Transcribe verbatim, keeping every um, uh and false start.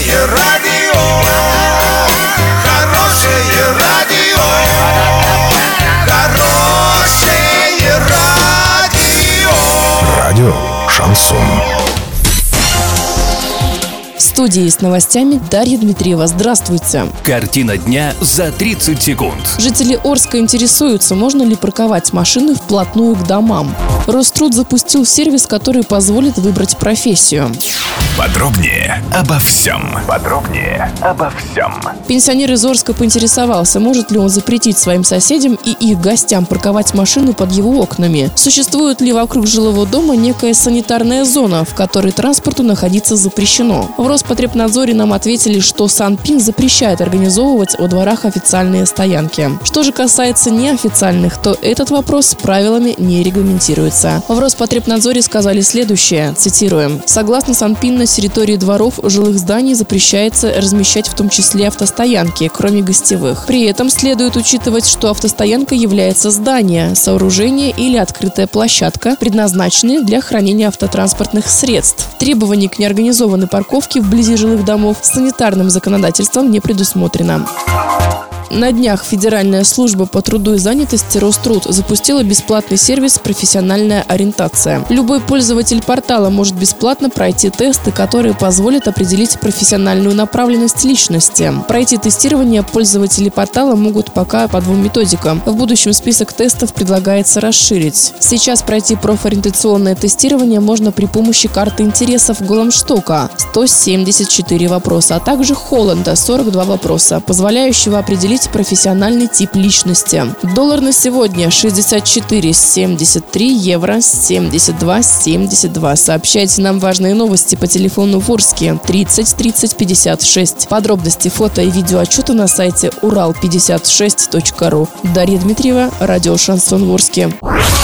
Хорошее радио, хорошее радио, хорошее радио. Радио Шансон. В студии с новостями Дарья Дмитриева. Здравствуйте. Картина дня за тридцать секунд. Жители Орска интересуются, можно ли парковать машины вплотную к домам. Роструд запустил сервис, который позволит выбрать профессию. Подробнее обо всем. Подробнее обо всем. Пенсионер из Орска поинтересовался, может ли он запретить своим соседям и их гостям парковать машины под его окнами. Существует ли вокруг жилого дома некая санитарная зона, в которой транспорту находиться запрещено? В Роспотребнадзоре нам ответили, что Санпин запрещает организовывать во дворах официальные стоянки. Что же касается неофициальных, то этот вопрос правилами не регламентируется. В Роспотребнадзоре сказали следующее, цитируем: «Согласно Санпин, на территории дворов жилых зданий запрещается размещать в том числе автостоянки, кроме гостевых. При этом следует учитывать, что автостоянка является здание, сооружение или открытая площадка, предназначенные для хранения автотранспортных средств. Требований к неорганизованной парковке вблизи жилых домов санитарным законодательством не предусмотрено». На днях Федеральная служба по труду и занятости Роструд запустила бесплатный сервис «Профессиональная ориентация». Любой пользователь портала может бесплатно пройти тесты, которые позволят определить профессиональную направленность личности. Пройти тестирование пользователи портала могут пока по двум методикам. В будущем список тестов предлагается расширить. Сейчас пройти профориентационное тестирование можно при помощи карты интересов Голомштока – сто семьдесят четыре вопроса, а также Холланда – сорок два вопроса, позволяющего определить профессиональный тип личности. Доллар на сегодня шестьдесят четыре семьдесят три, евро семьдесят два семьдесят два. Сообщайте нам важные новости по телефону в Орске тридцать тридцать пятьдесят шесть. Подробности, фото и видеоотчеты на сайте урал пятьдесят шесть точка ру. Дарья Дмитриева, радио Шансон в Орске.